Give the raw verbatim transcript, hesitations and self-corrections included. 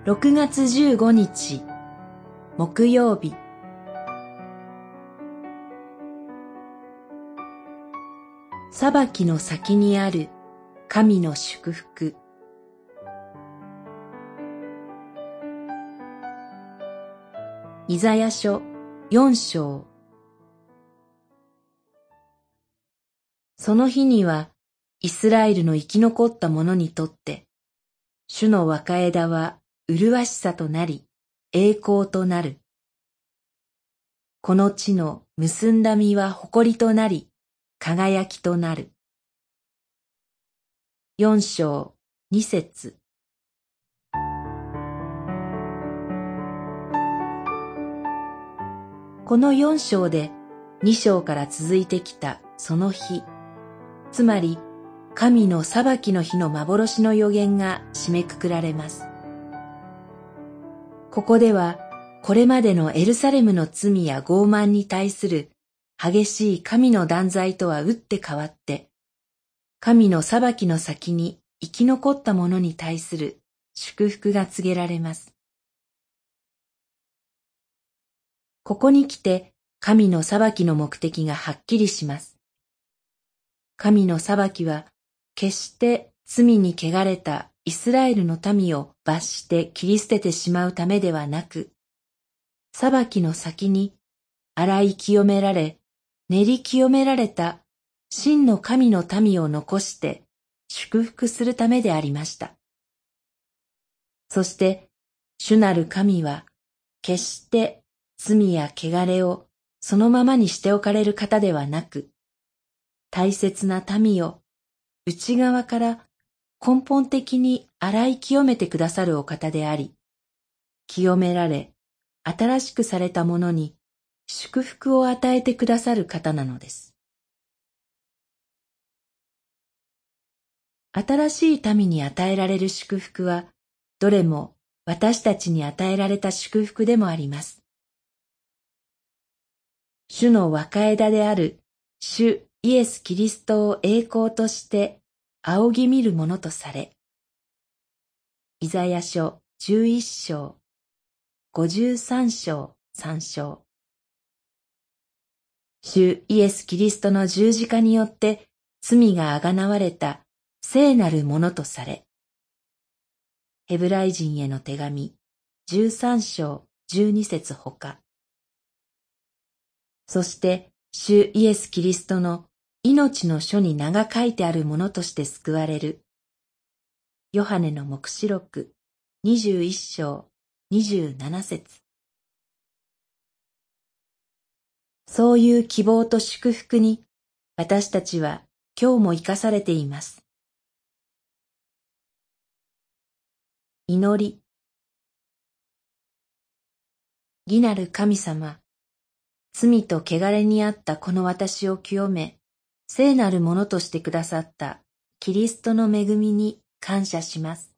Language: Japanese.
ろくがつじゅうごにち、木曜日。裁きの先にある神の祝福。イザヤ書よん章。その日には、イスラエルの生き残った者にとって、主の若枝は麗しさとなり、栄光となる。この地の結んだ実は誇りとなり、輝きとなる。四章二節。この四章で二章から続いてきたその日、つまり神の裁きの日の幻の予言が締めくくられます。ここではこれまでのエルサレムの罪や傲慢に対する激しい神の断罪とは打って変わって、神の裁きの先に生き残った者に対する祝福が告げられます。ここに来て神の裁きの目的がはっきりします。神の裁きは決して罪に汚れたイスラエルの民を罰して切り捨ててしまうためではなく、裁きの先に洗い清められ、練り清められた真の神の民を残して祝福するためでありました。そして主なる神は決して罪や汚れをそのままにしておかれる方ではなく、大切な民を内側から根本的に洗い清めてくださるお方であり、清められ、新しくされたものに祝福を与えてくださる方なのです。新しい民に与えられる祝福は、どれも私たちに与えられた祝福でもあります。主の若枝である主イエス・キリストを栄光として仰ぎ見るものとされ、イザヤ書じゅういっ章、ごじゅうさん章さん章。主イエス・キリストの十字架によって罪があがなわれた聖なるものとされ、ヘブライ人への手紙じゅうさん章じゅうに節ほか。そして主イエス・キリストの命の書に名が書いてあるものとして救われる。ヨハネの黙示録にじゅういっ章にじゅうなな節。そういう希望と祝福に私たちは今日も生かされています。祈り。義なる神様、罪と汚れにあったこの私を清め、聖なるものとしてくださったキリストの恵みに感謝します。